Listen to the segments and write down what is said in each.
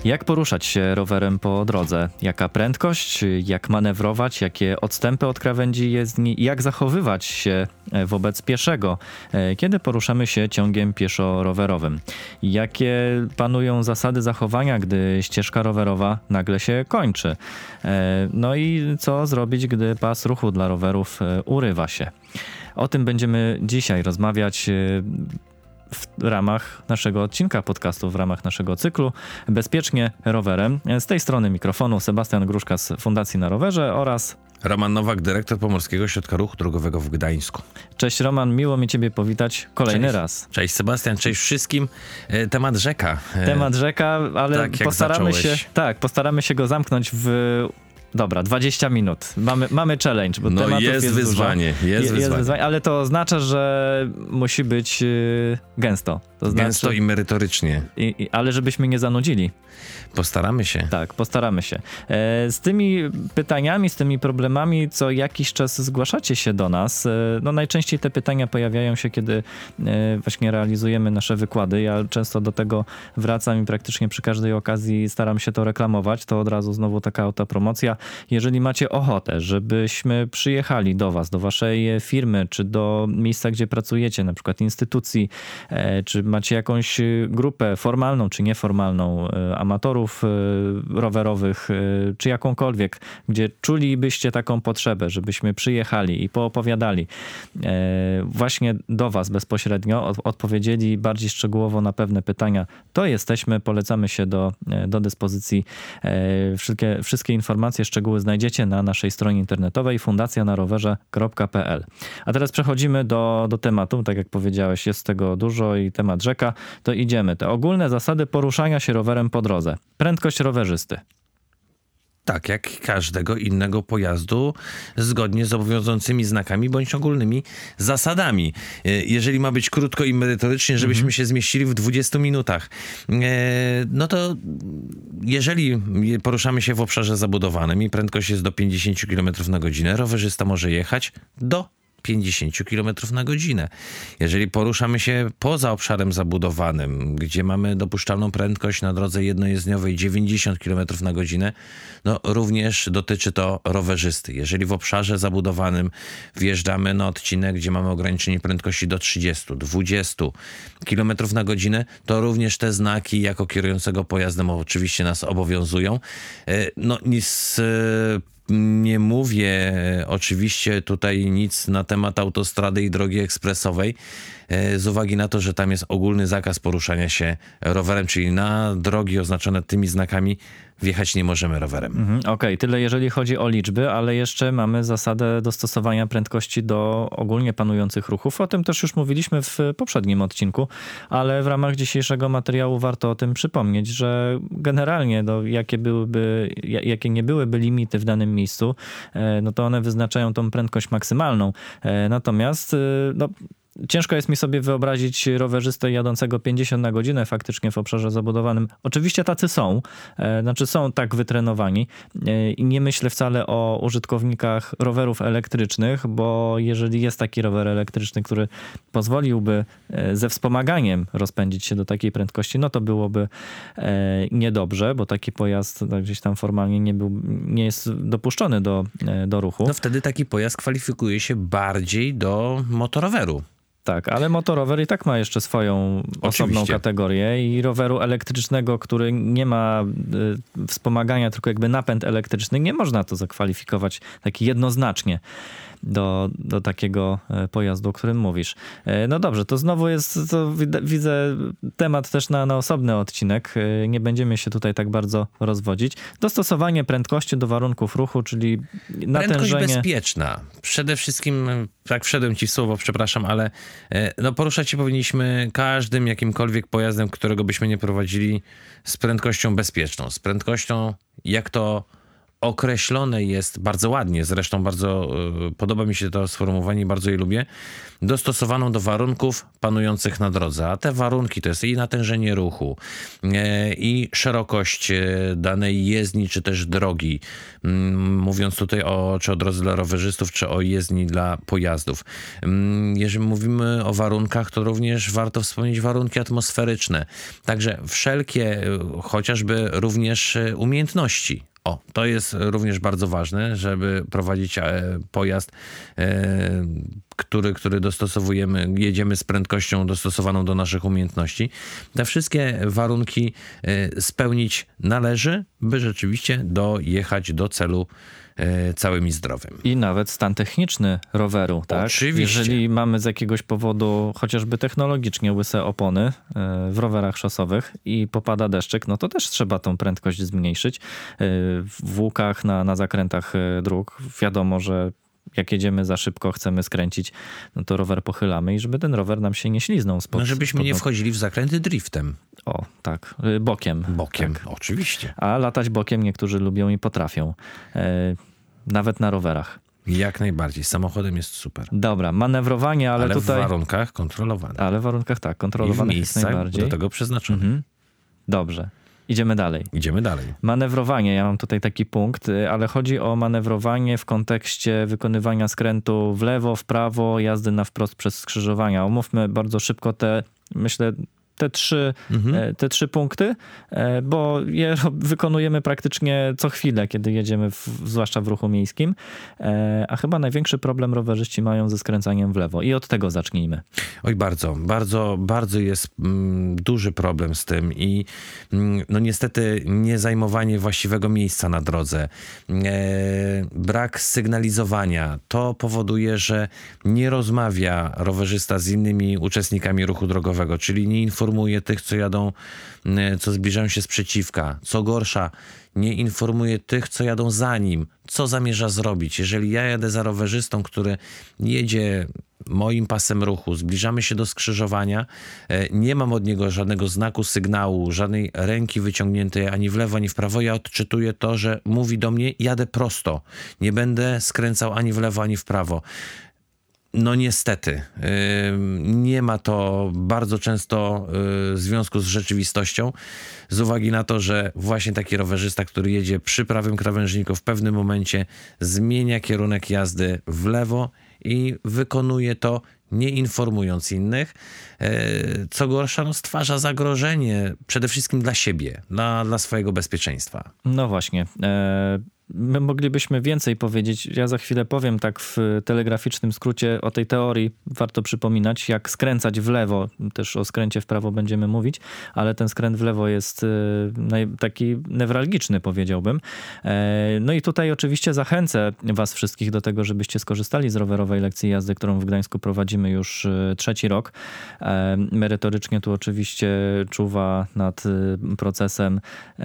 Jak poruszać się rowerem po drodze? Jaka prędkość? Jak manewrować? Jakie odstępy od krawędzi jezdni? Jak zachowywać się wobec pieszego, kiedy poruszamy się ciągiem pieszo-rowerowym? Jakie panują zasady zachowania, gdy ścieżka rowerowa nagle się kończy? No i co zrobić, gdy pas ruchu dla rowerów urywa się? O tym będziemy dzisiaj rozmawiać w ramach naszego odcinka podcastu, w ramach naszego cyklu Bezpiecznie rowerem. Z tej strony mikrofonu Sebastian Gruszka z Fundacji na Rowerze oraz Roman Nowak, dyrektor Pomorskiego Ośrodka Ruchu Drogowego w Gdańsku. Cześć Roman, miło mi Ciebie powitać kolejny raz. Cześć Sebastian, cześć wszystkim. Temat rzeka. Temat rzeka, ale tak, postaramy się go zamknąć w... Dobra, 20 minut. Mamy challenge, bo tematów jest wyzwanie. Jest wyzwanie, ale to oznacza, że musi być gęsto. To gęsto i merytorycznie. Ale żebyśmy nie zanudzili. Postaramy się. Tak, postaramy się. Z tymi pytaniami, z tymi problemami co jakiś czas zgłaszacie się do nas. No najczęściej te pytania pojawiają się, kiedy właśnie realizujemy nasze wykłady. Ja często do tego wracam i praktycznie przy każdej okazji staram się to reklamować. To od razu znowu taka autopromocja. Jeżeli macie ochotę, żebyśmy przyjechali do was, do waszej firmy, czy do miejsca, gdzie pracujecie, na przykład instytucji, czy macie jakąś grupę formalną, czy nieformalną, amatorów rowerowych, czy jakąkolwiek, gdzie czulibyście taką potrzebę, żebyśmy przyjechali i poopowiadali właśnie do was bezpośrednio, odpowiedzieli bardziej szczegółowo na pewne pytania, to jesteśmy, polecamy się do dyspozycji. Wszystkie informacje, szczegóły znajdziecie na naszej stronie internetowej fundacjanarowerze.pl. A teraz przechodzimy do tematu, tak jak powiedziałeś, jest tego dużo i temat rzeka, to idziemy. Te ogólne zasady poruszania się rowerem po drodze. Prędkość rowerzysty. Tak, jak każdego innego pojazdu, zgodnie z obowiązującymi znakami bądź ogólnymi zasadami. Jeżeli ma być krótko i merytorycznie, żebyśmy się zmieścili w 20 minutach, no to jeżeli poruszamy się w obszarze zabudowanym i prędkość jest do 50 km na godzinę, rowerzysta może jechać do 50 km na godzinę. Jeżeli poruszamy się poza obszarem zabudowanym, gdzie mamy dopuszczalną prędkość na drodze jednojezdniowej 90 km na godzinę, no również dotyczy to rowerzysty. Jeżeli w obszarze zabudowanym wjeżdżamy na odcinek, gdzie mamy ograniczenie prędkości do 30, 20 km na godzinę, to również te znaki jako kierującego pojazdem oczywiście nas obowiązują. No nic nie mówię oczywiście tutaj nic na temat autostrady i drogi ekspresowej, z uwagi na to, że tam jest ogólny zakaz poruszania się rowerem, czyli na drogi oznaczone tymi znakami wjechać nie możemy rowerem. Okej, tyle jeżeli chodzi o liczby, ale jeszcze mamy zasadę dostosowania prędkości do ogólnie panujących ruchów. O tym też już mówiliśmy w poprzednim odcinku, ale w ramach dzisiejszego materiału warto o tym przypomnieć, że generalnie jakie nie byłyby limity w danym miejscu, no to one wyznaczają tą prędkość maksymalną. Natomiast ciężko jest mi sobie wyobrazić rowerzystę jadącego 50 na godzinę faktycznie w obszarze zabudowanym. Oczywiście tacy są, są tak wytrenowani i nie myślę wcale o użytkownikach rowerów elektrycznych, bo jeżeli jest taki rower elektryczny, który pozwoliłby ze wspomaganiem rozpędzić się do takiej prędkości, no to byłoby niedobrze, bo taki pojazd gdzieś tam formalnie nie jest dopuszczony do ruchu. No wtedy taki pojazd kwalifikuje się bardziej do motoroweru. Tak, ale motorower i tak ma jeszcze swoją osobną kategorię i roweru elektrycznego, który nie ma wspomagania, tylko jakby napęd elektryczny, nie można to zakwalifikować tak jednoznacznie do takiego pojazdu, o którym mówisz. No dobrze, to znowu jest, widzę, temat też na osobny odcinek. Nie będziemy się tutaj tak bardzo rozwodzić. Dostosowanie prędkości do warunków ruchu, czyli natężenie... Prędkość bezpieczna. Przede wszystkim, tak wszedłem ci w słowo, przepraszam, ale poruszać się powinniśmy każdym jakimkolwiek pojazdem, którego byśmy nie prowadzili, z prędkością bezpieczną. Z prędkością, jak to określone jest bardzo ładnie, zresztą bardzo podoba mi się to sformułowanie, bardzo je lubię, dostosowaną do warunków panujących na drodze. A te warunki to jest i natężenie ruchu, i szerokość danej jezdni, czy też drogi. Mówiąc tutaj czy o drodze dla rowerzystów, czy o jezdni dla pojazdów. Jeżeli mówimy o warunkach, to również warto wspomnieć warunki atmosferyczne. Także wszelkie, chociażby również umiejętności. To jest również bardzo ważne, żeby prowadzić pojazd, który dostosowujemy, jedziemy z prędkością dostosowaną do naszych umiejętności. Te wszystkie warunki spełnić należy, by rzeczywiście dojechać do celu całym i zdrowym. I nawet stan techniczny roweru, tak? Oczywiście. Jeżeli mamy z jakiegoś powodu chociażby technologicznie łyse opony w rowerach szosowych i popada deszczyk, no to też trzeba tą prędkość zmniejszyć. W łukach, na zakrętach dróg wiadomo, że jak jedziemy za szybko, chcemy skręcić, no to rower pochylamy i żeby ten rower nam się nie śliznął spod... Żebyśmy nie wchodzili w zakręty driftem. Tak. Bokiem. Bokiem, tak. Oczywiście. A latać bokiem niektórzy lubią i potrafią. Nawet na rowerach. Jak najbardziej. Samochodem jest super. Dobra, manewrowanie, ale tutaj... w warunkach kontrolowanych. Ale w warunkach tak, kontrolowanych i w jest miejscach najbardziej. do tego przeznaczonych. Dobrze. Idziemy dalej. Manewrowanie, ja mam tutaj taki punkt, ale chodzi o manewrowanie w kontekście wykonywania skrętu w lewo, w prawo, jazdy na wprost przez skrzyżowania. Omówmy bardzo szybko te trzy punkty, bo je wykonujemy praktycznie co chwilę, kiedy jedziemy, zwłaszcza w ruchu miejskim, a chyba największy problem rowerzyści mają ze skręcaniem w lewo i od tego zacznijmy. Oj, bardzo jest duży problem z tym i no niestety nie zajmowanie właściwego miejsca na drodze, brak sygnalizowania, to powoduje, że nie rozmawia rowerzysta z innymi uczestnikami ruchu drogowego, czyli nie informuje tych, co zbliżają się sprzeciwka. Co gorsza, nie informuje tych, co jadą za nim, co zamierza zrobić. Jeżeli ja jadę za rowerzystą, który jedzie moim pasem ruchu, zbliżamy się do skrzyżowania, nie mam od niego żadnego znaku, sygnału, żadnej ręki wyciągniętej ani w lewo, ani w prawo, ja odczytuję to, że mówi do mnie, jadę prosto, nie będę skręcał ani w lewo, ani w prawo. No niestety, nie ma to bardzo często związku z rzeczywistością, z uwagi na to, że właśnie taki rowerzysta, który jedzie przy prawym krawężniku, w pewnym momencie zmienia kierunek jazdy w lewo i wykonuje to nie informując innych. Co gorsza, stwarza zagrożenie przede wszystkim dla siebie, dla swojego bezpieczeństwa. No właśnie. My moglibyśmy więcej powiedzieć. Ja za chwilę powiem tak w telegraficznym skrócie o tej teorii. Warto przypominać, jak skręcać w lewo. Też o skręcie w prawo będziemy mówić, ale ten skręt w lewo jest taki newralgiczny, powiedziałbym. No i tutaj oczywiście zachęcę was wszystkich do tego, żebyście skorzystali z rowerowej lekcji jazdy, którą w Gdańsku prowadzimy już 3. rok. Merytorycznie tu oczywiście czuwa nad procesem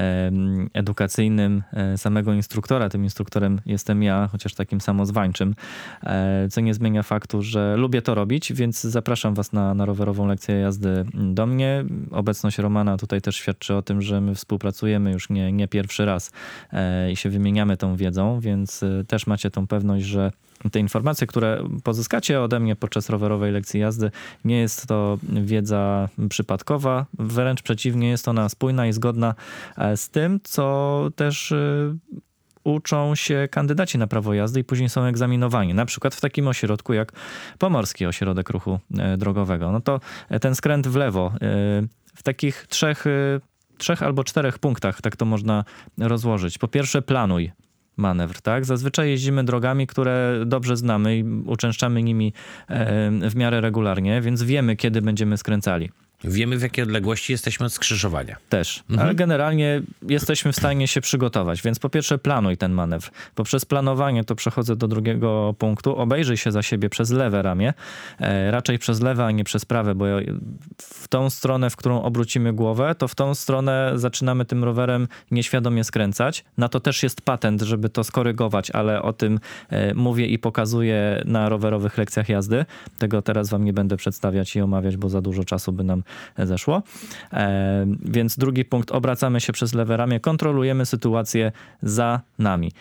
edukacyjnym samego instruktora. Tym instruktorem jestem ja, chociaż takim samozwańczym, co nie zmienia faktu, że lubię to robić, więc zapraszam was na rowerową lekcję jazdy do mnie. Obecność Romana tutaj też świadczy o tym, że my współpracujemy już nie pierwszy raz i się wymieniamy tą wiedzą, więc też macie tą pewność, że te informacje, które pozyskacie ode mnie podczas rowerowej lekcji jazdy, nie jest to wiedza przypadkowa, wręcz przeciwnie, jest ona spójna i zgodna z tym, co też uczą się kandydaci na prawo jazdy i później są egzaminowani. Na przykład w takim ośrodku jak Pomorski Ośrodek Ruchu Drogowego. No to ten skręt w lewo w takich 3 albo 4 punktach, tak to można rozłożyć. Po pierwsze, planuj manewr, tak? Zazwyczaj jeździmy drogami, które dobrze znamy i uczęszczamy nimi w miarę regularnie, więc wiemy, kiedy będziemy skręcali. Wiemy, w jakiej odległości jesteśmy od skrzyżowania. Też, ale generalnie jesteśmy w stanie się przygotować, więc po pierwsze planuj ten manewr. Poprzez planowanie to przechodzę do drugiego punktu. Obejrzyj się za siebie przez lewe ramię, raczej przez lewe, a nie przez prawe, bo w tą stronę, w którą obrócimy głowę, to w tą stronę zaczynamy tym rowerem nieświadomie skręcać. Na to też jest patent, żeby to skorygować, ale o tym mówię i pokazuję na rowerowych lekcjach jazdy. Tego teraz wam nie będę przedstawiać i omawiać, bo za dużo czasu by nam zeszło. Więc drugi punkt, obracamy się przez lewe ramię, kontrolujemy sytuację za nami.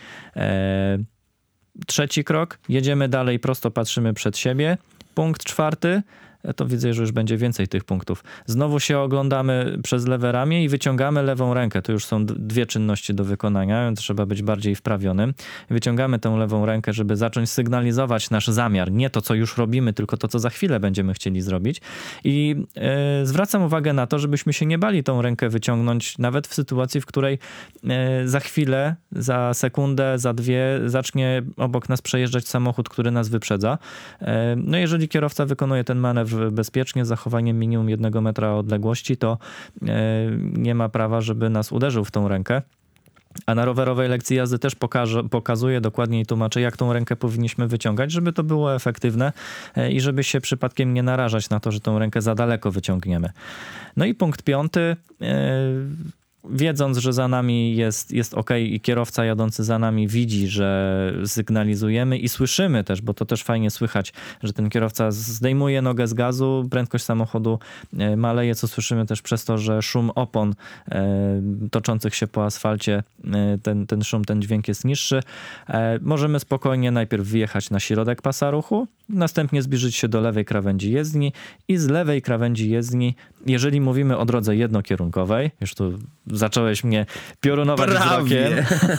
Trzeci krok, jedziemy dalej, prosto patrzymy przed siebie. Punkt czwarty, to widzę, że już będzie więcej tych punktów. Znowu się oglądamy przez lewe ramię i wyciągamy lewą rękę. To już są dwie czynności do wykonania, więc trzeba być bardziej wprawionym. Wyciągamy tę lewą rękę, żeby zacząć sygnalizować nasz zamiar. Nie to, co już robimy, tylko to, co za chwilę będziemy chcieli zrobić. I zwracam uwagę na to, żebyśmy się nie bali tą rękę wyciągnąć, nawet w sytuacji, w której za chwilę, za sekundę, za dwie zacznie obok nas przejeżdżać samochód, który nas wyprzedza. No jeżeli kierowca wykonuje ten manewr bezpiecznie, z zachowaniem minimum 1 metra odległości, to nie ma prawa, żeby nas uderzył w tą rękę. A na rowerowej lekcji jazdy też pokazuję, dokładniej tłumaczę, jak tą rękę powinniśmy wyciągać, żeby to było efektywne i żeby się przypadkiem nie narażać na to, że tą rękę za daleko wyciągniemy. No i punkt 5. Wiedząc, że za nami jest ok i kierowca jadący za nami widzi, że sygnalizujemy i słyszymy też, bo to też fajnie słychać, że ten kierowca zdejmuje nogę z gazu, prędkość samochodu maleje, co słyszymy też przez to, że szum opon toczących się po asfalcie, ten szum, ten dźwięk jest niższy. Możemy spokojnie najpierw wjechać na środek pasa ruchu, następnie zbliżyć się do lewej krawędzi jezdni i z lewej krawędzi jezdni, jeżeli mówimy o drodze jednokierunkowej, już tu zacząłeś mnie piorunować wzrokiem.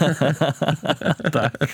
Tak.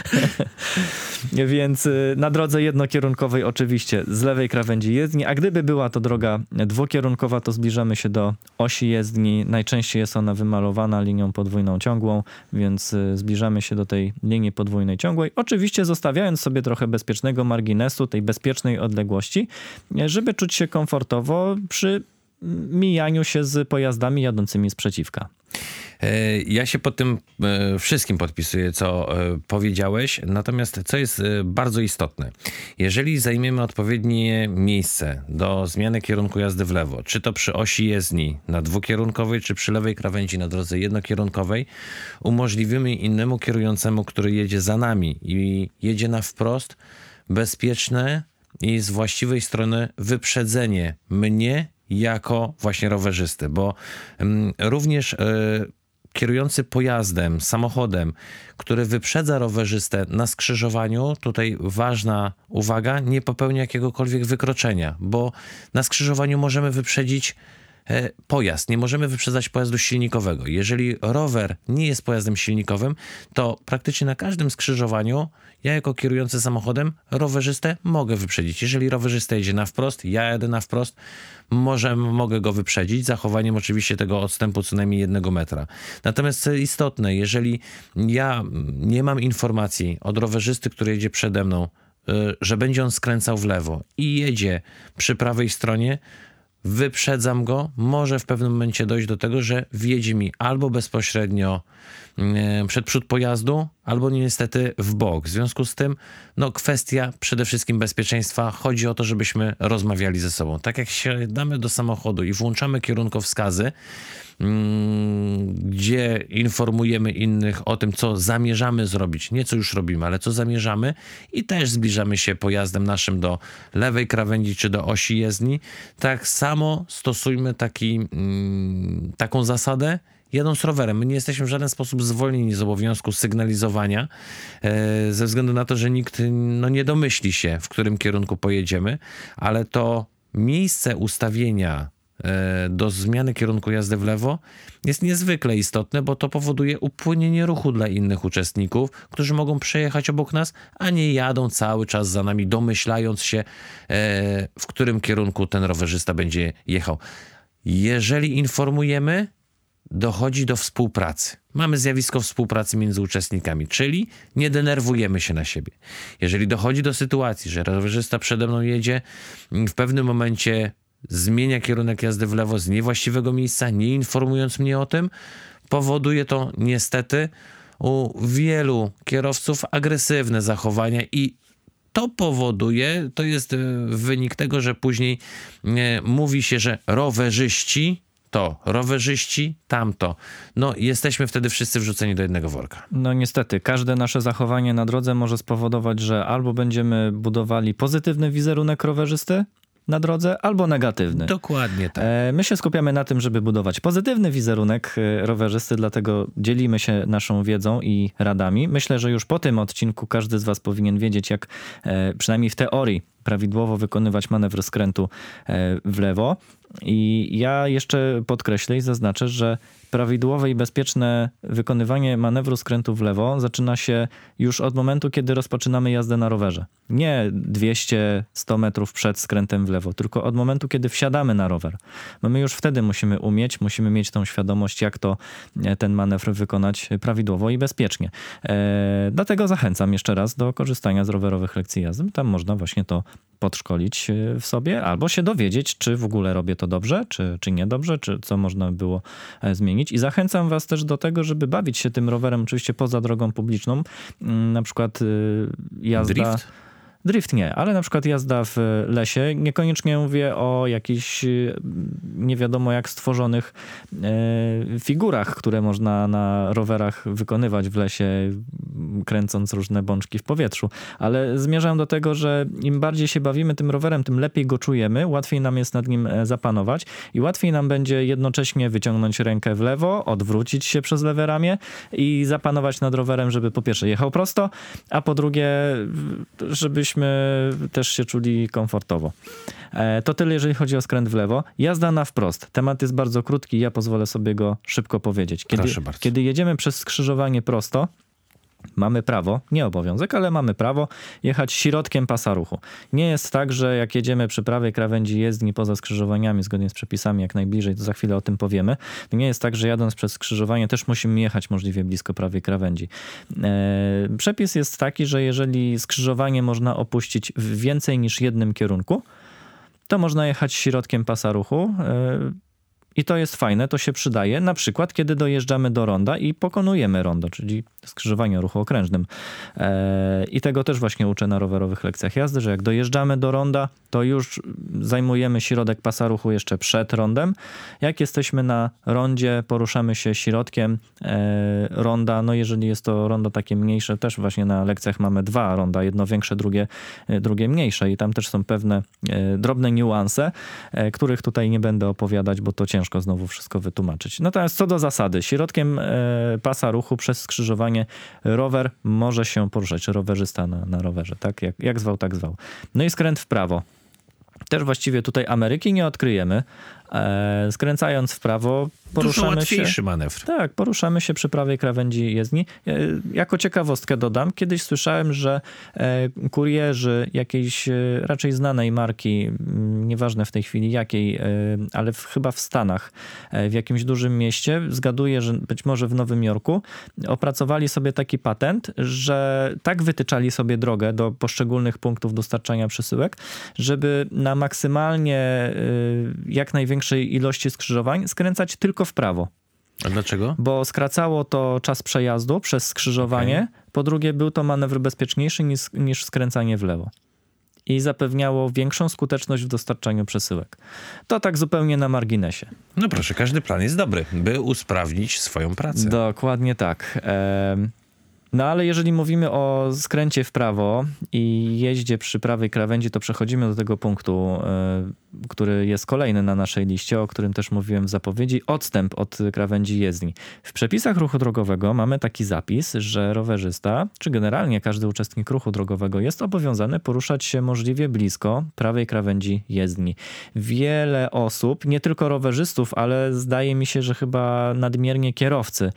Więc na drodze jednokierunkowej oczywiście z lewej krawędzi jezdni, a gdyby była to droga dwukierunkowa, to zbliżamy się do osi jezdni. Najczęściej jest ona wymalowana linią podwójną ciągłą, więc zbliżamy się do tej linii podwójnej ciągłej. Oczywiście zostawiając sobie trochę bezpiecznego marginesu, tej bezpiecznej odległości, żeby czuć się komfortowo przy mijaniu się z pojazdami jadącymi sprzeciwka. Ja się pod tym wszystkim podpisuję, co powiedziałeś, natomiast co jest bardzo istotne, jeżeli zajmiemy odpowiednie miejsce do zmiany kierunku jazdy w lewo, czy to przy osi jezdni na dwukierunkowej, czy przy lewej krawędzi na drodze jednokierunkowej, umożliwimy innemu kierującemu, który jedzie za nami i jedzie na wprost, bezpieczne i z właściwej strony wyprzedzenie mnie jako właśnie rowerzysty, bo również kierujący pojazdem, samochodem, który wyprzedza rowerzystę na skrzyżowaniu, tutaj ważna uwaga, nie popełnia jakiegokolwiek wykroczenia, bo na skrzyżowaniu możemy wyprzedzić pojazd, nie możemy wyprzedzać pojazdu silnikowego. Jeżeli rower nie jest pojazdem silnikowym, to praktycznie na każdym skrzyżowaniu ja jako kierujący samochodem rowerzystę mogę wyprzedzić. Jeżeli rowerzysta jedzie na wprost, ja jadę na wprost, mogę go wyprzedzić, zachowaniem oczywiście tego odstępu co najmniej 1 metra. Natomiast co istotne, jeżeli ja nie mam informacji od rowerzysty, który jedzie przede mną, że będzie on skręcał w lewo i jedzie przy prawej stronie, wyprzedzam go, może w pewnym momencie dojść do tego, że wjedzie mi albo bezpośrednio przed przód pojazdu, albo niestety w bok. W związku z tym, kwestia przede wszystkim bezpieczeństwa. Chodzi o to, żebyśmy rozmawiali ze sobą. Tak jak siadamy do samochodu i włączamy kierunkowskazy, gdzie informujemy innych o tym, co zamierzamy zrobić, nie co już robimy, ale co zamierzamy i też zbliżamy się pojazdem naszym do lewej krawędzi czy do osi jezdni, tak samo stosujmy taką zasadę jadąc rowerem. My nie jesteśmy w żaden sposób zwolnieni z obowiązku sygnalizowania, ze względu na to, że nikt nie domyśli się, w którym kierunku pojedziemy, ale to miejsce ustawienia do zmiany kierunku jazdy w lewo jest niezwykle istotne, bo to powoduje upłynienie ruchu dla innych uczestników, którzy mogą przejechać obok nas, a nie jadą cały czas za nami, domyślając się, w którym kierunku ten rowerzysta będzie jechał. Jeżeli informujemy, dochodzi do współpracy. Mamy zjawisko współpracy między uczestnikami, czyli nie denerwujemy się na siebie. Jeżeli dochodzi do sytuacji, że rowerzysta przede mną jedzie, w pewnym momencie zmienia kierunek jazdy w lewo z niewłaściwego miejsca, nie informując mnie o tym, powoduje to niestety u wielu kierowców agresywne zachowania i to jest wynik tego, że później mówi się, że rowerzyści to, rowerzyści tamto. Jesteśmy wtedy wszyscy wrzuceni do jednego worka. Niestety, każde nasze zachowanie na drodze może spowodować, że albo będziemy budowali pozytywny wizerunek rowerzysty, na drodze, albo negatywny. Dokładnie tak. My się skupiamy na tym, żeby budować pozytywny wizerunek rowerzysty, dlatego dzielimy się naszą wiedzą i radami. Myślę, że już po tym odcinku każdy z was powinien wiedzieć, jak przynajmniej w teorii prawidłowo wykonywać manewr skrętu w lewo. I ja jeszcze podkreślę i zaznaczę, że prawidłowe i bezpieczne wykonywanie manewru skrętu w lewo zaczyna się już od momentu, kiedy rozpoczynamy jazdę na rowerze. Nie 200-100 metrów przed skrętem w lewo, tylko od momentu, kiedy wsiadamy na rower. Bo my już wtedy musimy mieć tą świadomość, jak ten manewr wykonać prawidłowo i bezpiecznie. Dlatego zachęcam jeszcze raz do korzystania z rowerowych lekcji jazdy. Tam można właśnie to podszkolić w sobie, albo się dowiedzieć, czy w ogóle robię to dobrze, czy niedobrze, czy co można było zmienić. I zachęcam was też do tego, żeby bawić się tym rowerem oczywiście poza drogą publiczną. Na przykład jazda... Drift nie, ale na przykład jazda w lesie. Niekoniecznie mówię o jakichś nie wiadomo jak stworzonych figurach, które można na rowerach wykonywać w lesie, kręcąc różne bączki w powietrzu. Ale zmierzam do tego, że im bardziej się bawimy tym rowerem, tym lepiej go czujemy, łatwiej nam jest nad nim zapanować i łatwiej nam będzie jednocześnie wyciągnąć rękę w lewo, odwrócić się przez lewe ramię i zapanować nad rowerem, żeby po pierwsze jechał prosto, a po drugie, żebyśmy też się czuli komfortowo. To tyle, jeżeli chodzi o skręt w lewo. Jazda na wprost. Temat jest bardzo krótki, ja pozwolę sobie go szybko powiedzieć. Kiedy jedziemy przez skrzyżowanie prosto, mamy prawo, nie obowiązek, ale mamy prawo jechać środkiem pasa ruchu. Nie jest tak, że jak jedziemy przy prawej krawędzi jezdni poza skrzyżowaniami, zgodnie z przepisami jak najbliżej, to za chwilę o tym powiemy. Nie jest tak, że jadąc przez skrzyżowanie też musimy jechać możliwie blisko prawej krawędzi. Przepis jest taki, że jeżeli skrzyżowanie można opuścić w więcej niż jednym kierunku, to można jechać środkiem pasa ruchu. I to jest fajne, to się przydaje, na przykład kiedy dojeżdżamy do ronda i pokonujemy rondo, czyli skrzyżowanie o ruchu okrężnym. I tego też właśnie uczę na rowerowych lekcjach jazdy, że jak dojeżdżamy do ronda, to już zajmujemy środek pasa ruchu jeszcze przed rondem. Jak jesteśmy na rondzie, poruszamy się środkiem ronda, no jeżeli jest to rondo takie mniejsze, też właśnie na lekcjach mamy dwa ronda, jedno większe, drugie mniejsze i tam też są pewne drobne niuanse, których tutaj nie będę opowiadać, bo to ciężko znowu wszystko wytłumaczyć. Natomiast co do zasady, środkiem pasa ruchu przez skrzyżowanie rower może się poruszać, czy rowerzysta na rowerze, tak? Jak zwał, tak zwał. No i skręt w prawo. Też właściwie tutaj Ameryki nie odkryjemy. Skręcając w prawo poruszamy dużo łatwiejszy się, manewr. Tak, poruszamy się przy prawej krawędzi jezdni. Jako ciekawostkę dodam, kiedyś słyszałem, że kurierzy jakiejś raczej znanej marki, nieważne w tej chwili jakiej, ale chyba w Stanach, w jakimś dużym mieście, zgaduję, że być może w Nowym Jorku, opracowali sobie taki patent, że tak wytyczali sobie drogę do poszczególnych punktów dostarczania przesyłek, żeby na maksymalnie jak największej ilości skrzyżowań skręcać tylko w prawo. A dlaczego? Bo skracało to czas przejazdu przez skrzyżowanie. Okay. Po drugie, był to manewr bezpieczniejszy niż skręcanie w lewo. I zapewniało większą skuteczność w dostarczaniu przesyłek. To tak zupełnie na marginesie. No proszę, każdy plan jest dobry, by usprawnić swoją pracę. Dokładnie tak. No ale jeżeli mówimy o skręcie w prawo i jeździe przy prawej krawędzi, to przechodzimy do tego punktu, który jest kolejny na naszej liście, o którym też mówiłem w zapowiedzi, odstęp od krawędzi jezdni. W przepisach ruchu drogowego mamy taki zapis, że rowerzysta, czy generalnie każdy uczestnik ruchu drogowego jest obowiązany poruszać się możliwie blisko prawej krawędzi jezdni. Wiele osób, nie tylko rowerzystów, ale zdaje mi się, że chyba nadmiernie kierowcy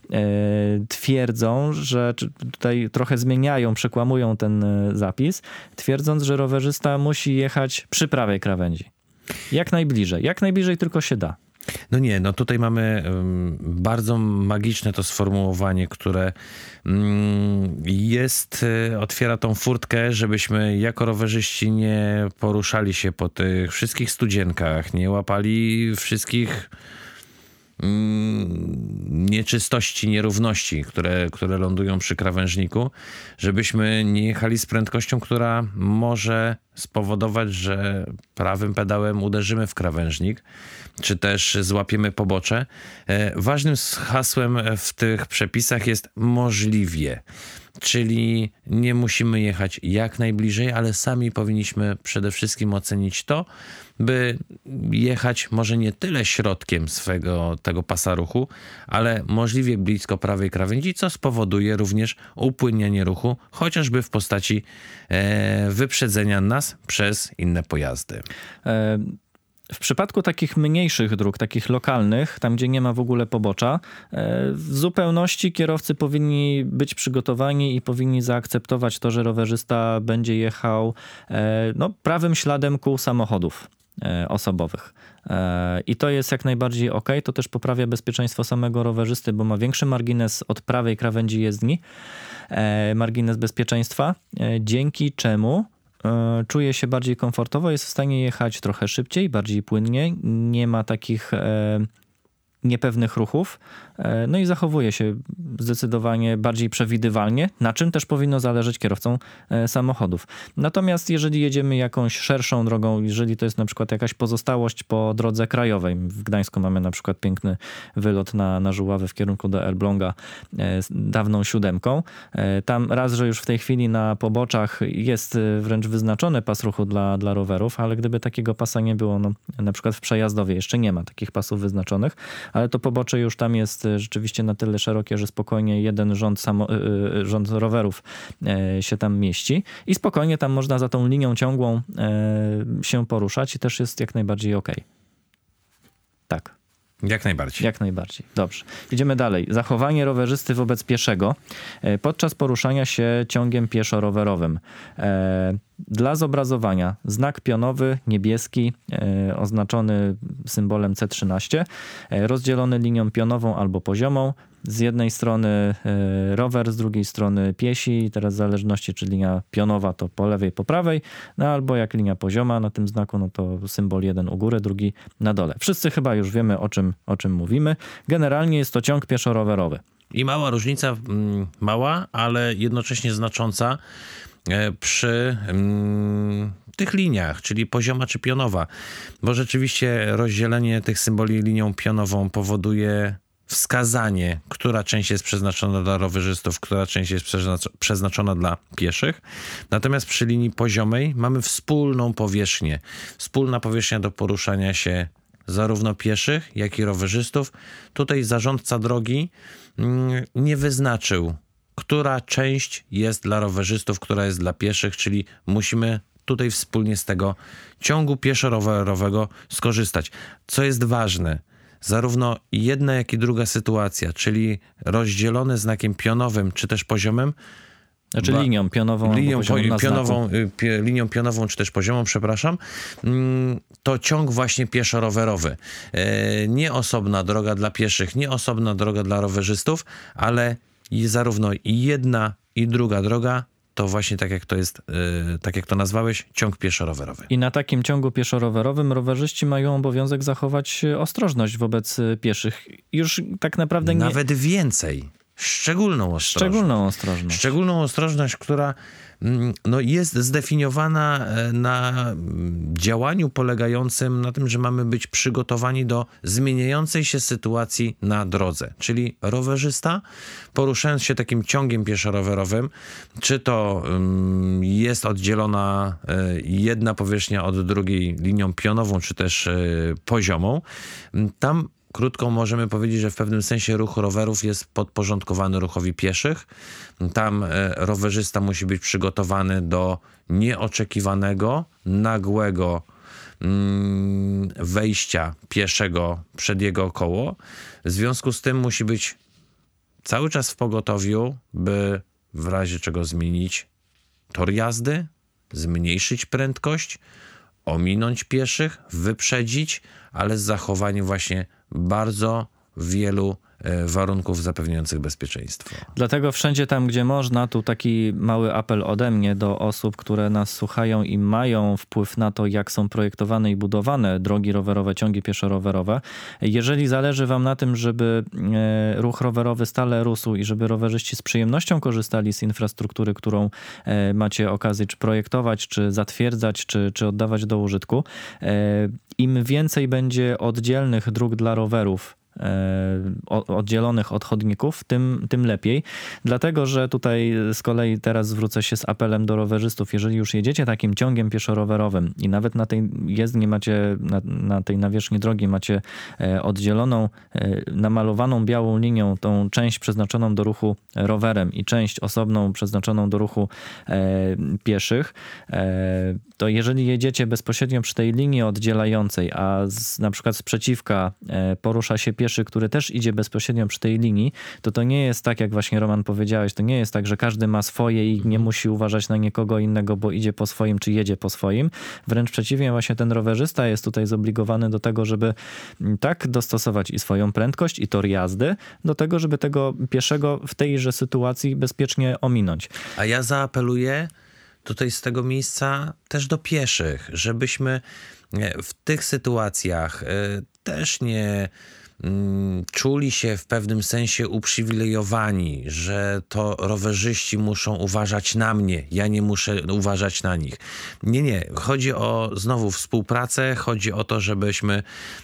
twierdzą, że tutaj trochę zmieniają, przekłamują ten zapis, twierdząc, że rowerzysta musi jechać przy prawej krawędzi. Jak najbliżej tylko się da. No nie, no tutaj mamy bardzo magiczne to sformułowanie, które otwiera tą furtkę, żebyśmy jako rowerzyści nie poruszali się po tych wszystkich studzienkach, nie łapali wszystkich nieczystości, nierówności, które lądują przy krawężniku, żebyśmy nie jechali z prędkością, która może spowodować, że prawym pedałem uderzymy w krawężnik, czy też złapiemy pobocze. Ważnym hasłem w tych przepisach jest możliwie, czyli nie musimy jechać jak najbliżej, ale sami powinniśmy przede wszystkim ocenić to, by jechać może nie tyle środkiem swego tego pasa ruchu, ale możliwie blisko prawej krawędzi, co spowoduje również upłynnianie ruchu, chociażby w postaci wyprzedzenia nas przez inne pojazdy. W przypadku takich mniejszych dróg, takich lokalnych, tam gdzie nie ma w ogóle pobocza, w zupełności kierowcy powinni być przygotowani i powinni zaakceptować to, że rowerzysta będzie jechał prawym śladem kół samochodów osobowych. I to jest jak najbardziej okej. To też poprawia bezpieczeństwo samego rowerzysty, bo ma większy margines od prawej krawędzi jezdni, margines bezpieczeństwa, dzięki czemu czuje się bardziej komfortowo, jest w stanie jechać trochę szybciej, bardziej płynnie, nie ma takich niepewnych ruchów, no i zachowuje się zdecydowanie bardziej przewidywalnie, na czym też powinno zależeć kierowcom samochodów. Natomiast jeżeli jedziemy jakąś szerszą drogą, jeżeli to jest na przykład jakaś pozostałość po drodze krajowej, w Gdańsku mamy na przykład piękny wylot na Żuławy w kierunku do Elbląga z dawną 7. Tam raz, że już w tej chwili na poboczach jest wręcz wyznaczony pas ruchu dla rowerów, ale gdyby takiego pasa nie było, na przykład w Przejazdowie jeszcze nie ma takich pasów wyznaczonych, ale to pobocze już tam jest rzeczywiście na tyle szerokie, że spokojnie jeden rząd rowerów się tam mieści i spokojnie tam można za tą linią ciągłą się poruszać i też jest jak najbardziej okej. Tak. Jak najbardziej. Jak najbardziej. Dobrze. Idziemy dalej. Zachowanie rowerzysty wobec pieszego podczas poruszania się ciągiem pieszo-rowerowym. Dla zobrazowania znak pionowy, niebieski, oznaczony symbolem C13, rozdzielony linią pionową albo poziomą. Z jednej strony rower, z drugiej strony piesi. Teraz w zależności, czy linia pionowa to po lewej, po prawej, albo jak linia pozioma na tym znaku, no to symbol jeden u góry, drugi na dole. Wszyscy chyba już wiemy, o czym mówimy. Generalnie jest to ciąg pieszo-rowerowy. I mała różnica, ale jednocześnie znacząca przy tych liniach, czyli pozioma czy pionowa, bo rzeczywiście rozdzielenie tych symboli linią pionową powoduje wskazanie, która część jest przeznaczona dla rowerzystów, która część jest przeznaczona dla pieszych. Natomiast przy linii poziomej mamy wspólną powierzchnię. Wspólna powierzchnia do poruszania się zarówno pieszych, jak i rowerzystów. Tutaj zarządca drogi nie wyznaczył, która część jest dla rowerzystów, która jest dla pieszych, czyli musimy tutaj wspólnie z tego ciągu pieszo-rowerowego skorzystać. Co jest ważne, zarówno jedna, jak i druga sytuacja, czyli rozdzielone znakiem pionowym czy też poziomem, znaczy linią pionową, linią pionową czy też poziomą, przepraszam, to ciąg właśnie pieszo-rowerowy. Nie osobna droga dla pieszych, nie osobna droga dla rowerzystów, ale zarówno i jedna i druga droga to właśnie tak jak to jest, tak jak to nazwałeś, ciąg pieszo-rowerowy. I na takim ciągu pieszo-rowerowym rowerzyści mają obowiązek zachować ostrożność wobec pieszych. Już tak naprawdę nawet więcej. Szczególną ostrożność, która jest zdefiniowana na działaniu polegającym na tym, że mamy być przygotowani do zmieniającej się sytuacji na drodze. Czyli rowerzysta, poruszając się takim ciągiem pieszo-rowerowym, czy to jest oddzielona jedna powierzchnia od drugiej linią pionową, czy też poziomą, tam krótko możemy powiedzieć, że w pewnym sensie ruch rowerów jest podporządkowany ruchowi pieszych. Tam rowerzysta musi być przygotowany do nieoczekiwanego, nagłego wejścia pieszego przed jego koło. W związku z tym musi być cały czas w pogotowiu, by w razie czego zmienić tor jazdy, zmniejszyć prędkość, ominąć pieszych, wyprzedzić, ale z zachowaniem właśnie bardzo wielu warunków zapewniających bezpieczeństwo. Dlatego wszędzie tam, gdzie można, tu taki mały apel ode mnie do osób, które nas słuchają i mają wpływ na to, jak są projektowane i budowane drogi rowerowe, ciągi pieszo-rowerowe. Jeżeli zależy wam na tym, żeby ruch rowerowy stale rósł i żeby rowerzyści z przyjemnością korzystali z infrastruktury, którą macie okazję czy projektować, czy zatwierdzać, czy oddawać do użytku, im więcej będzie oddzielnych dróg dla rowerów, oddzielonych od chodników, tym lepiej. Dlatego, że tutaj z kolei teraz zwrócę się z apelem do rowerzystów. Jeżeli już jedziecie takim ciągiem pieszo-rowerowym i nawet na tej jezdni macie, na tej nawierzchni drogi macie oddzieloną, namalowaną białą linią tą część przeznaczoną do ruchu rowerem i część osobną przeznaczoną do ruchu pieszych, to jeżeli jedziecie bezpośrednio przy tej linii oddzielającej, a na przykład sprzeciwka porusza się pieszy, który też idzie bezpośrednio przy tej linii, to nie jest tak, jak właśnie Roman powiedziałeś, to nie jest tak, że każdy ma swoje i nie musi uważać na nikogo innego, bo idzie po swoim, czy jedzie po swoim. Wręcz przeciwnie, właśnie ten rowerzysta jest tutaj zobligowany do tego, żeby tak dostosować i swoją prędkość, i tor jazdy, do tego, żeby tego pieszego w tejże sytuacji bezpiecznie ominąć. A ja zaapeluję tutaj z tego miejsca też do pieszych, żebyśmy w tych sytuacjach też nie czuli się w pewnym sensie uprzywilejowani, że to rowerzyści muszą uważać na mnie, ja nie muszę uważać na nich. Nie. Chodzi o znowu współpracę, chodzi o to, żebyśmy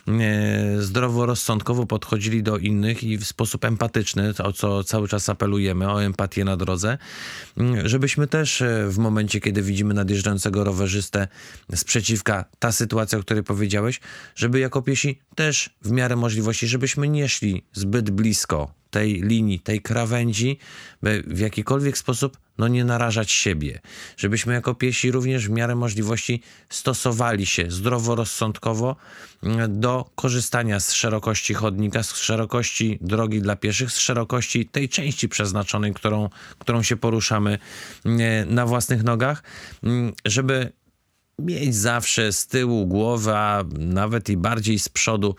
zdroworozsądkowo podchodzili do innych i w sposób empatyczny, o co cały czas apelujemy, o empatię na drodze, żebyśmy też w momencie, kiedy widzimy nadjeżdżającego rowerzystę sprzeciwka, ta sytuacja, o której powiedziałeś, żeby jako piesi też w miarę możliwości, żebyśmy nie szli zbyt blisko tej linii, tej krawędzi, by w jakikolwiek sposób nie narażać siebie. Żebyśmy jako piesi również w miarę możliwości stosowali się zdroworozsądkowo do korzystania z szerokości chodnika, z szerokości drogi dla pieszych, z szerokości tej części przeznaczonej, którą się poruszamy na własnych nogach, żeby mieć zawsze z tyłu głowy, a nawet i bardziej z przodu,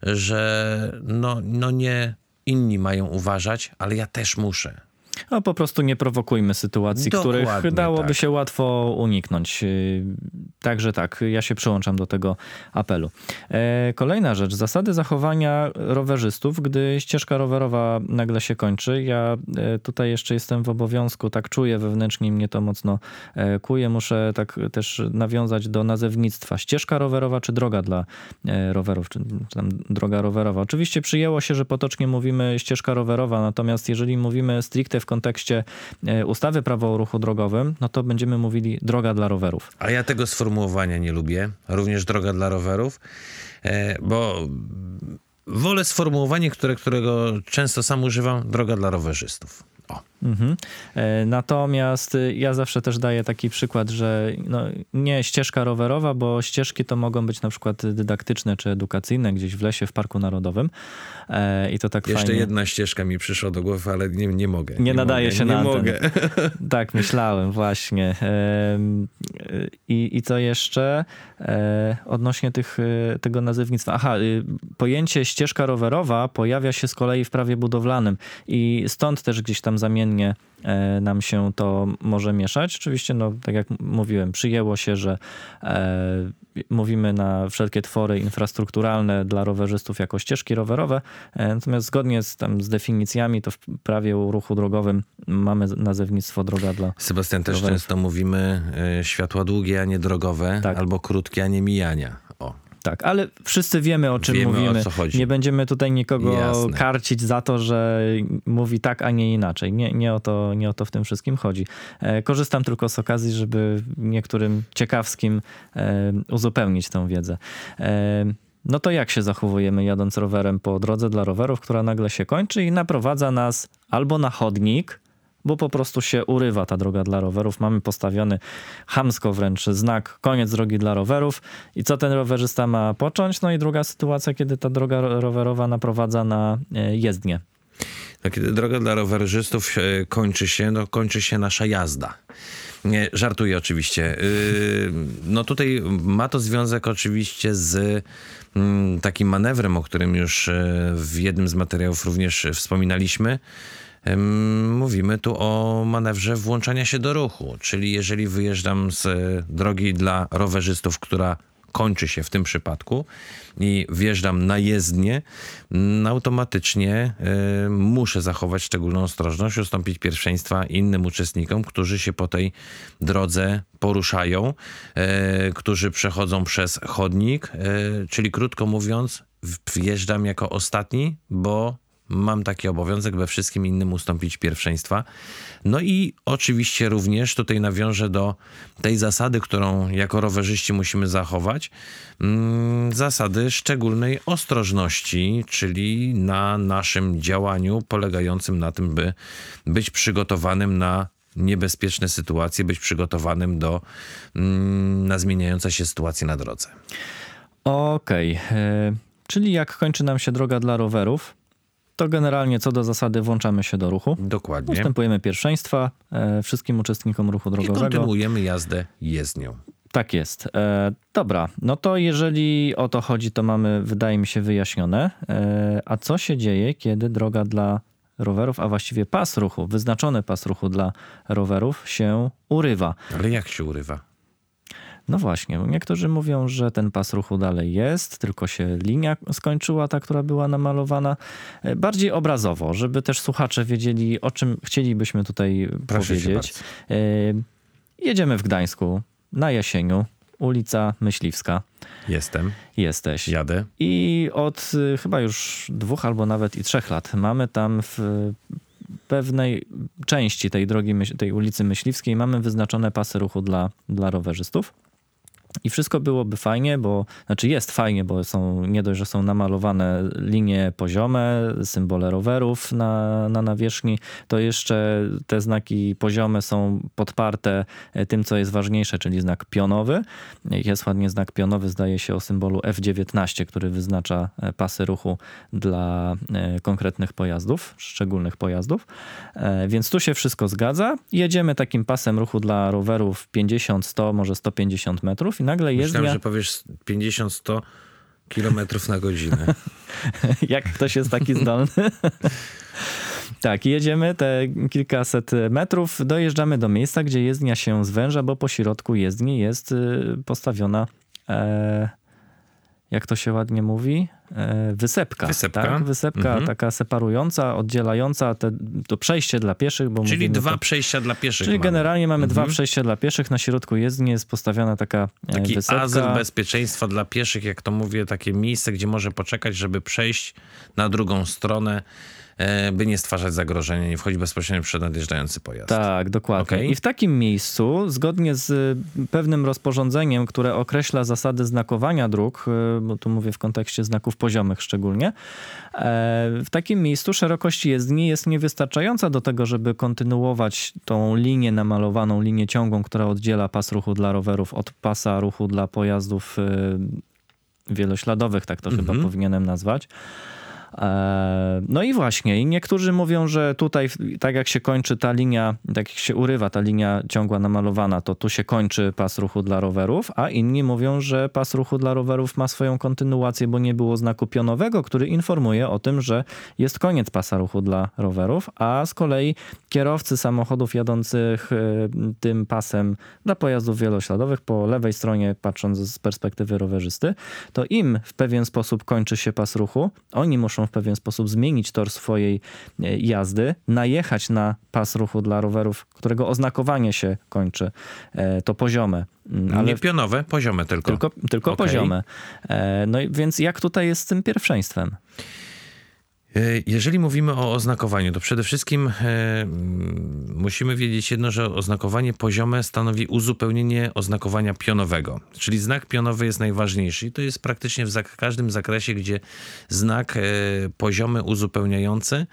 że nie inni mają uważać, ale ja też muszę. No po prostu nie prowokujmy sytuacji, Dokładnie, których dałoby tak się łatwo uniknąć. Także tak, ja się przyłączam do tego apelu. Kolejna rzecz, zasady zachowania rowerzystów, gdy ścieżka rowerowa nagle się kończy. Ja tutaj jeszcze jestem w obowiązku, tak czuję wewnętrznie, mnie to mocno kuje. Muszę tak też nawiązać do nazewnictwa. Ścieżka rowerowa czy droga dla rowerów, czy tam droga rowerowa. Oczywiście przyjęło się, że potocznie mówimy ścieżka rowerowa, natomiast jeżeli mówimy stricte w kontekście ustawy Prawo o ruchu drogowym, to będziemy mówili droga dla rowerów. A ja tego sformułowania nie lubię, również droga dla rowerów, bo wolę sformułowanie, którego często sam używam, droga dla rowerzystów. Natomiast ja zawsze też daję taki przykład, że nie ścieżka rowerowa, bo ścieżki to mogą być na przykład dydaktyczne czy edukacyjne gdzieś w lesie, w Parku Narodowym. I to tak jeszcze fajnie. Jedna ścieżka mi przyszła do głowy, ale nie mogę. Nie nadaje się na antenę. mogę. Tak, myślałem właśnie. I co jeszcze odnośnie tego nazewnictwa? Pojęcie ścieżka rowerowa pojawia się z kolei w prawie budowlanym i stąd też gdzieś tam zamiennie nam się to może mieszać. Oczywiście, tak jak mówiłem, przyjęło się, że mówimy na wszelkie twory infrastrukturalne dla rowerzystów jako ścieżki rowerowe, natomiast zgodnie z definicjami to w prawie o ruchu drogowym mamy nazewnictwo droga dla Sebastian, też rowerów. często mówimy światła długie, a nie drogowe, tak. Albo krótkie, a nie mijania. Tak, ale wszyscy wiemy, o czym mówimy. O co chodzi. Nie będziemy tutaj nikogo Jasne. karcić za to, że mówi tak, a nie inaczej. Nie o to w tym wszystkim chodzi. Korzystam tylko z okazji, żeby niektórym ciekawskim uzupełnić tę wiedzę. No to jak się zachowujemy jadąc rowerem po drodze dla rowerów, która nagle się kończy i naprowadza nas albo na chodnik, bo po prostu się urywa ta droga dla rowerów. Mamy postawiony chamsko wręcz znak koniec drogi dla rowerów i co ten rowerzysta ma począć? I druga sytuacja, kiedy ta droga rowerowa naprowadza na jezdnię. Kiedy droga dla rowerzystów kończy się nasza jazda. Nie, żartuję oczywiście. No tutaj ma to związek oczywiście z takim manewrem, o którym już w jednym z materiałów również wspominaliśmy. Mówimy tu o manewrze włączania się do ruchu, czyli jeżeli wyjeżdżam z drogi dla rowerzystów, która kończy się w tym przypadku i wjeżdżam na jezdnię, automatycznie muszę zachować szczególną ostrożność, ustąpić pierwszeństwa innym uczestnikom, którzy się po tej drodze poruszają, którzy przechodzą przez chodnik, czyli krótko mówiąc, wjeżdżam jako ostatni, bo mam taki obowiązek we wszystkim innym ustąpić pierwszeństwa. No i oczywiście również tutaj nawiążę do tej zasady, którą jako rowerzyści musimy zachować. Zasady szczególnej ostrożności, czyli na naszym działaniu polegającym na tym, by być przygotowanym na niebezpieczne sytuacje, być przygotowanym na zmieniające się sytuacje na drodze. Okej. Czyli jak kończy nam się droga dla rowerów, to generalnie co do zasady włączamy się do ruchu. Dokładnie. Ustępujemy pierwszeństwa wszystkim uczestnikom ruchu drogowego. I kontynuujemy jazdę jezdnią. Tak jest. Dobra, no to jeżeli o to chodzi, to mamy, wydaje mi się, wyjaśnione. A co się dzieje, kiedy droga dla rowerów, a właściwie pas ruchu, wyznaczony pas ruchu dla rowerów się urywa? Ale jak się urywa? No właśnie, niektórzy mówią, że ten pas ruchu dalej jest, tylko się linia skończyła, ta, która była namalowana. Bardziej obrazowo, żeby też słuchacze wiedzieli, o czym chcielibyśmy tutaj powiedzieć. Jedziemy w Gdańsku, na Jasieniu, ulica Myśliwska. Jestem. Jesteś. Jadę. I od chyba już 2 albo nawet i 3 lat mamy tam w pewnej części tej drogi, tej ulicy Myśliwskiej mamy wyznaczone pasy ruchu dla rowerzystów. I wszystko byłoby fajnie, jest fajnie, bo nie dość, że są namalowane linie poziome, symbole rowerów na nawierzchni, to jeszcze te znaki poziome są podparte tym, co jest ważniejsze, czyli znak pionowy. Jest ładnie znak pionowy, zdaje się, o symbolu F19, który wyznacza pasy ruchu dla konkretnych pojazdów, szczególnych pojazdów. Więc tu się wszystko zgadza. Jedziemy takim pasem ruchu dla rowerów 50, 100, może 150 metrów i nagle jezdnia... Myślałem, że powiesz 50-100 kilometrów na godzinę. Jak ktoś jest taki zdolny. Tak, jedziemy te kilkaset metrów, dojeżdżamy do miejsca, gdzie jezdnia się zwęża, bo po środku jezdni jest postawiona, jak to się ładnie mówi, wysepka. Tak? Wysepka taka separująca, oddzielająca to przejście dla pieszych. Czyli 2 przejścia dla pieszych. Czyli generalnie mamy 2 przejścia dla pieszych. Na środku jezdni jest postawiona taka wysepka. Azyl bezpieczeństwa dla pieszych, jak to mówię, takie miejsce, gdzie może poczekać, żeby przejść na drugą stronę, by nie stwarzać zagrożenia, nie wchodzić bezpośrednio przed nadjeżdżający pojazd. Tak, dokładnie. Okay. I w takim miejscu, zgodnie z pewnym rozporządzeniem, które określa zasady znakowania dróg, bo tu mówię w kontekście znaków poziomych szczególnie, w takim miejscu szerokość jezdni jest niewystarczająca do tego, żeby kontynuować tą linię namalowaną, linię ciągłą, która oddziela pas ruchu dla rowerów od pasa ruchu dla pojazdów wielośladowych, tak to chyba powinienem nazwać. No i właśnie, i niektórzy mówią, że tutaj tak jak się kończy ta linia, tak jak się urywa ta linia ciągła namalowana, to tu się kończy pas ruchu dla rowerów, a inni mówią, że pas ruchu dla rowerów ma swoją kontynuację, bo nie było znaku pionowego, który informuje o tym, że jest koniec pasa ruchu dla rowerów, a z kolei kierowcy samochodów jadących tym pasem dla pojazdów wielośladowych po lewej stronie, patrząc z perspektywy rowerzysty, to im w pewien sposób kończy się pas ruchu, oni muszą w pewien sposób zmienić tor swojej jazdy, najechać na pas ruchu dla rowerów, którego oznakowanie się kończy, to poziome. Ale nie pionowe, poziome tylko. Tylko okay. Poziome. No więc jak tutaj jest z tym pierwszeństwem? Jeżeli mówimy o oznakowaniu, to przede wszystkim musimy wiedzieć jedno, że oznakowanie poziome stanowi uzupełnienie oznakowania pionowego. Czyli znak pionowy jest najważniejszy i to jest praktycznie w każdym zakresie, gdzie znak poziomy uzupełniający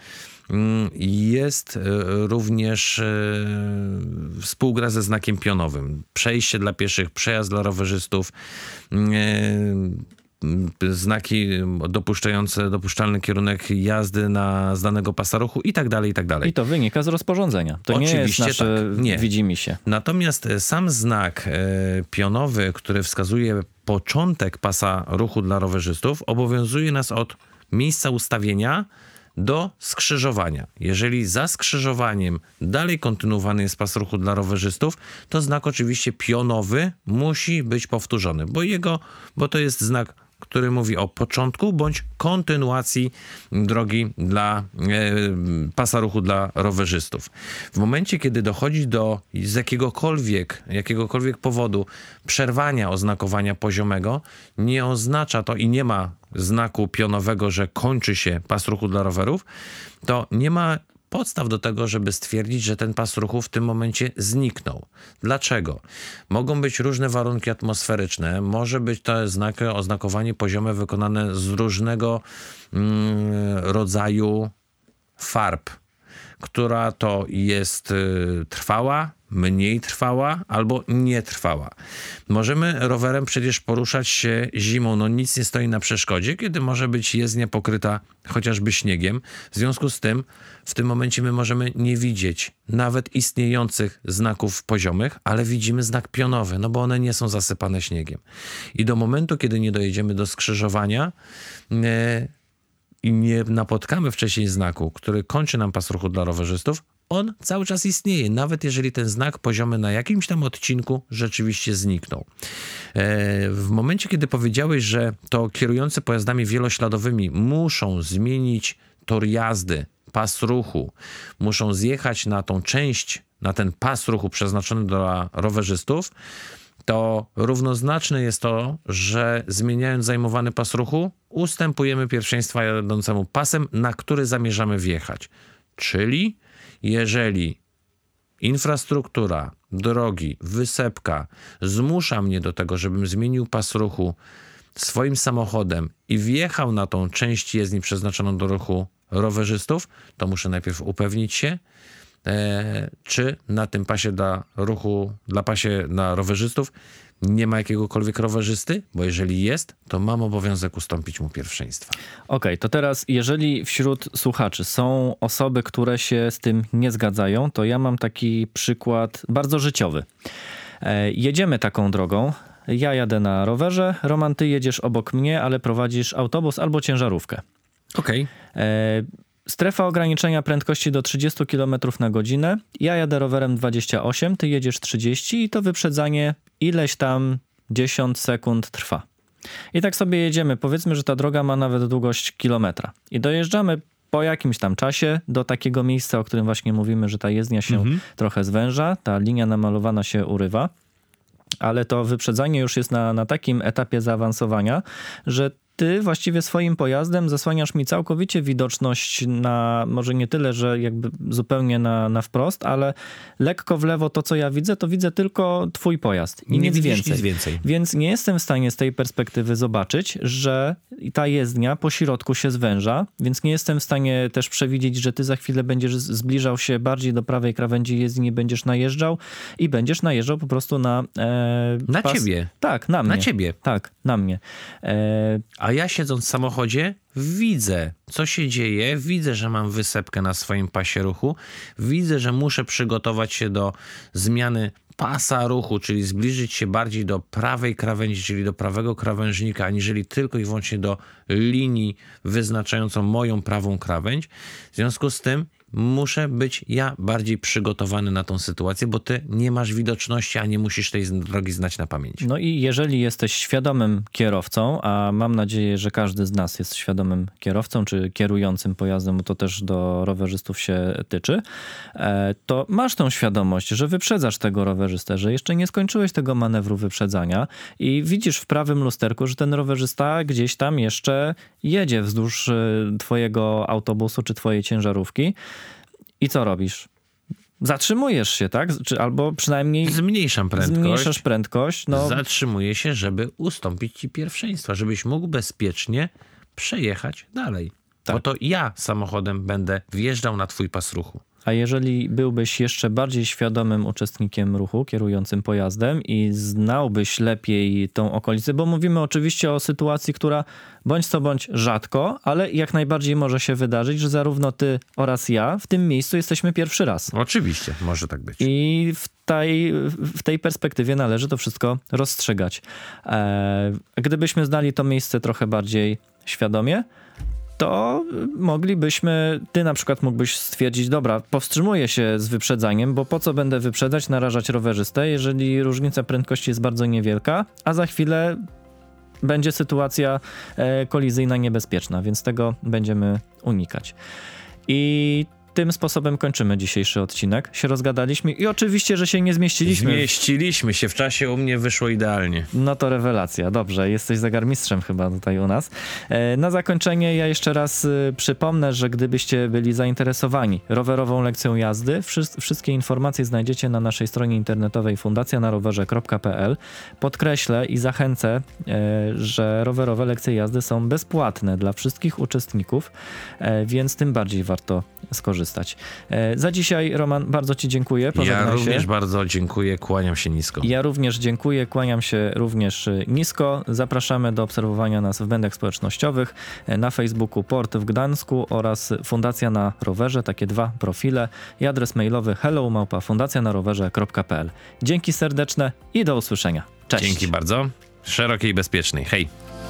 jest również współgra ze znakiem pionowym. Przejście dla pieszych, przejazd dla rowerzystów, znaki dopuszczalny kierunek jazdy z danego pasa ruchu i tak dalej, i tak dalej. I to wynika z rozporządzenia. To oczywiście nie jest nasze widzimisię. Natomiast sam znak pionowy, który wskazuje początek pasa ruchu dla rowerzystów, obowiązuje nas od miejsca ustawienia do skrzyżowania. Jeżeli za skrzyżowaniem dalej kontynuowany jest pas ruchu dla rowerzystów, to znak oczywiście pionowy musi być powtórzony, bo to jest znak, który mówi o początku bądź kontynuacji drogi dla pasa ruchu dla rowerzystów. W momencie, kiedy dochodzi z jakiegokolwiek powodu przerwania oznakowania poziomego, nie oznacza to i nie ma znaku pionowego, że kończy się pas ruchu dla rowerów, to nie ma podstaw do tego, żeby stwierdzić, że ten pas ruchu w tym momencie zniknął. Dlaczego? Mogą być różne warunki atmosferyczne, może być to oznakowanie poziome wykonane z różnego rodzaju farb, która to jest trwała, mniej trwała albo nietrwała. Możemy rowerem przecież poruszać się zimą, no nic nie stoi na przeszkodzie, kiedy może być jezdnia pokryta chociażby śniegiem. W związku z tym w tym momencie my możemy nie widzieć nawet istniejących znaków poziomych, ale widzimy znak pionowy, no bo one nie są zasypane śniegiem. I do momentu, kiedy nie dojedziemy do skrzyżowania i nie napotkamy wcześniej znaku, który kończy nam pas ruchu dla rowerzystów, on cały czas istnieje, nawet jeżeli ten znak poziomy na jakimś tam odcinku rzeczywiście zniknął. W momencie, kiedy powiedziałeś, że to kierujący pojazdami wielośladowymi muszą zmienić tor jazdy, pas ruchu, muszą zjechać na tą część, na ten pas ruchu przeznaczony dla rowerzystów, to równoznaczne jest to, że zmieniając zajmowany pas ruchu, ustępujemy pierwszeństwa jadącemu pasem, na który zamierzamy wjechać. Czyli jeżeli infrastruktura, drogi, wysepka zmusza mnie do tego, żebym zmienił pas ruchu swoim samochodem i wjechał na tą część jezdni przeznaczoną do ruchu rowerzystów, to muszę najpierw upewnić się, czy na tym pasie dla rowerzystów nie ma jakiegokolwiek rowerzysty, bo jeżeli jest, to mam obowiązek ustąpić mu pierwszeństwa. Okej, to teraz jeżeli wśród słuchaczy są osoby, które się z tym nie zgadzają, to ja mam taki przykład bardzo życiowy. Jedziemy taką drogą, ja jadę na rowerze, Roman, ty jedziesz obok mnie, ale prowadzisz autobus albo ciężarówkę. Okej. Strefa ograniczenia prędkości do 30 km na godzinę. Ja jadę rowerem 28, ty jedziesz 30 i to wyprzedzanie ileś tam 10 sekund trwa. I tak sobie jedziemy. Powiedzmy, że ta droga ma nawet długość kilometra. I dojeżdżamy po jakimś tam czasie do takiego miejsca, o którym właśnie mówimy, że ta jezdnia się trochę zwęża, ta linia namalowana się urywa, ale to wyprzedzanie już jest na takim etapie zaawansowania, że ty właściwie swoim pojazdem zasłaniasz mi całkowicie widoczność na, może nie tyle, że jakby zupełnie na wprost, ale lekko w lewo to, co ja widzę, to widzę tylko twój pojazd i nic więcej. Więc nie jestem w stanie z tej perspektywy zobaczyć, że ta jezdnia po środku się zwęża, więc nie jestem w stanie też przewidzieć, że ty za chwilę będziesz zbliżał się bardziej do prawej krawędzi jezdni, będziesz najeżdżał i będziesz najeżdżał po prostu na pas. Ciebie. Tak, na mnie. Na ciebie. Tak, na mnie. A ja siedząc w samochodzie widzę, co się dzieje, widzę, że mam wysepkę na swoim pasie ruchu, widzę, że muszę przygotować się do zmiany pasa ruchu, czyli zbliżyć się bardziej do prawej krawędzi, czyli do prawego krawężnika, aniżeli tylko i wyłącznie do linii wyznaczającą moją prawą krawędź. W związku z tym muszę być ja bardziej przygotowany na tą sytuację, bo ty nie masz widoczności, a nie musisz tej drogi znać na pamięć. No i jeżeli jesteś świadomym kierowcą, a mam nadzieję, że każdy z nas jest świadomym kierowcą, czy kierującym pojazdem, bo to też do rowerzystów się tyczy, to masz tą świadomość, że wyprzedzasz tego rowerzystę, że jeszcze nie skończyłeś tego manewru wyprzedzania i widzisz w prawym lusterku, że ten rowerzysta gdzieś tam jeszcze jedzie wzdłuż twojego autobusu, czy twojej ciężarówki. I co robisz? Zatrzymujesz się, tak? Albo przynajmniej zmniejszasz prędkość. No. Zatrzymuję się, żeby ustąpić ci pierwszeństwa, żebyś mógł bezpiecznie przejechać dalej. Tak. Bo to ja samochodem będę wjeżdżał na twój pas ruchu. A jeżeli byłbyś jeszcze bardziej świadomym uczestnikiem ruchu, kierującym pojazdem i znałbyś lepiej tą okolicę, bo mówimy oczywiście o sytuacji, która bądź co bądź rzadko, ale jak najbardziej może się wydarzyć, że zarówno ty oraz ja w tym miejscu jesteśmy pierwszy raz. Oczywiście, może tak być. I w tej perspektywie należy to wszystko rozstrzygać. Gdybyśmy znali to miejsce trochę bardziej świadomie, to ty na przykład mógłbyś stwierdzić, dobra, powstrzymuję się z wyprzedzaniem, bo po co będę wyprzedzać, narażać rowerzystę, jeżeli różnica prędkości jest bardzo niewielka, a za chwilę będzie sytuacja kolizyjna niebezpieczna, więc tego będziemy unikać. I tym sposobem kończymy dzisiejszy odcinek. Się rozgadaliśmy i oczywiście, że się nie zmieściliśmy. Zmieściliśmy się w czasie, u mnie wyszło idealnie. No to rewelacja. Dobrze, jesteś zegarmistrzem chyba tutaj u nas. Na zakończenie ja jeszcze raz przypomnę, że gdybyście byli zainteresowani rowerową lekcją jazdy, wszystkie informacje znajdziecie na naszej stronie internetowej fundacjanarowerze.pl. Podkreślę i zachęcę, że rowerowe lekcje jazdy są bezpłatne dla wszystkich uczestników, więc tym bardziej warto skorzystać. Za dzisiaj, Roman, bardzo ci dziękuję. Ja również bardzo dziękuję, kłaniam się nisko. Ja również dziękuję, kłaniam się również nisko. Zapraszamy do obserwowania nas w mediach społecznościowych, na Facebooku Port w Gdańsku oraz Fundacja na Rowerze, takie 2 profile i adres mailowy hello@fundacjanarowerze.pl. Dzięki serdeczne i do usłyszenia. Cześć. Dzięki bardzo. Szerokiej i bezpiecznej. Hej.